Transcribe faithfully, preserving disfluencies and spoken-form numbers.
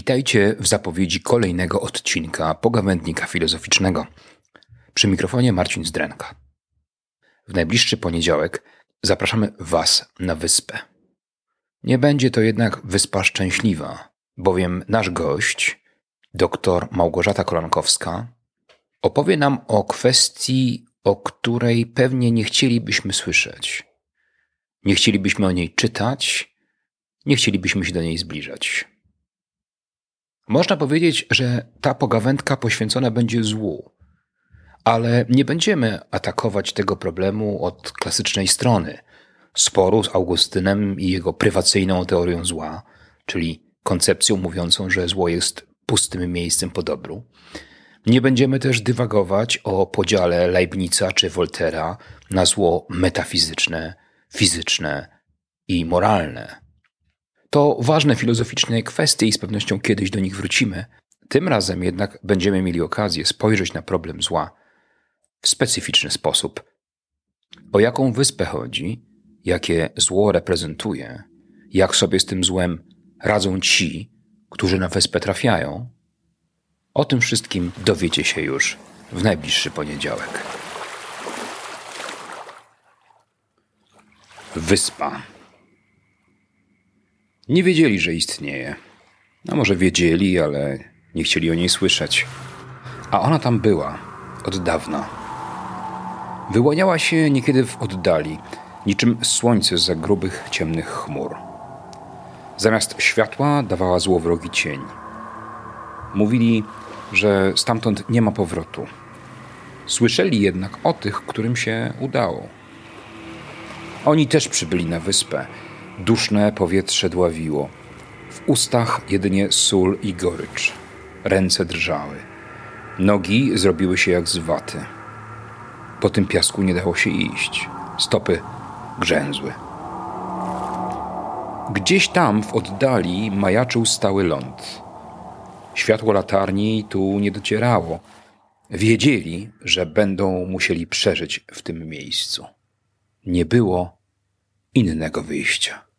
Witajcie w zapowiedzi kolejnego odcinka Pogawędnika Filozoficznego. Przy mikrofonie Marcin Zdrenka. W najbliższy poniedziałek zapraszamy Was na wyspę. Nie będzie to jednak wyspa szczęśliwa, bowiem nasz gość, dr Małgorzata Kolankowska, opowie nam o kwestii, o której pewnie nie chcielibyśmy słyszeć. Nie chcielibyśmy o niej czytać, nie chcielibyśmy się do niej zbliżać. Można powiedzieć, że ta pogawędka poświęcona będzie złu, ale nie będziemy atakować tego problemu od klasycznej strony, sporu z Augustynem i jego prywacyjną teorią zła, czyli koncepcją mówiącą, że zło jest pustym miejscem po dobru. Nie będziemy też dywagować o podziale Leibnica czy Voltaire'a na zło metafizyczne, fizyczne i moralne. To ważne filozoficzne kwestie i z pewnością kiedyś do nich wrócimy. Tym razem jednak będziemy mieli okazję spojrzeć na problem zła w specyficzny sposób. O jaką wyspę chodzi, jakie zło reprezentuje, jak sobie z tym złem radzą ci, którzy na wyspę trafiają, o tym wszystkim dowiecie się już w najbliższy poniedziałek. Wyspa. Nie wiedzieli, że istnieje. A może wiedzieli, ale nie chcieli o niej słyszeć. A ona tam była, od dawna. Wyłaniała się niekiedy w oddali, niczym słońce zza grubych, ciemnych chmur. Zamiast światła dawała złowrogi cień. Mówili, że stamtąd nie ma powrotu. Słyszeli jednak o tych, którym się udało. Oni też przybyli na wyspę. Duszne powietrze dławiło. W ustach jedynie sól i gorycz. Ręce drżały. Nogi zrobiły się jak z waty. Po tym piasku nie dało się iść. Stopy grzęzły. Gdzieś tam w oddali majaczył stały ląd. Światło latarni tu nie docierało. Wiedzieli, że będą musieli przeżyć w tym miejscu. Nie było innego wyjścia.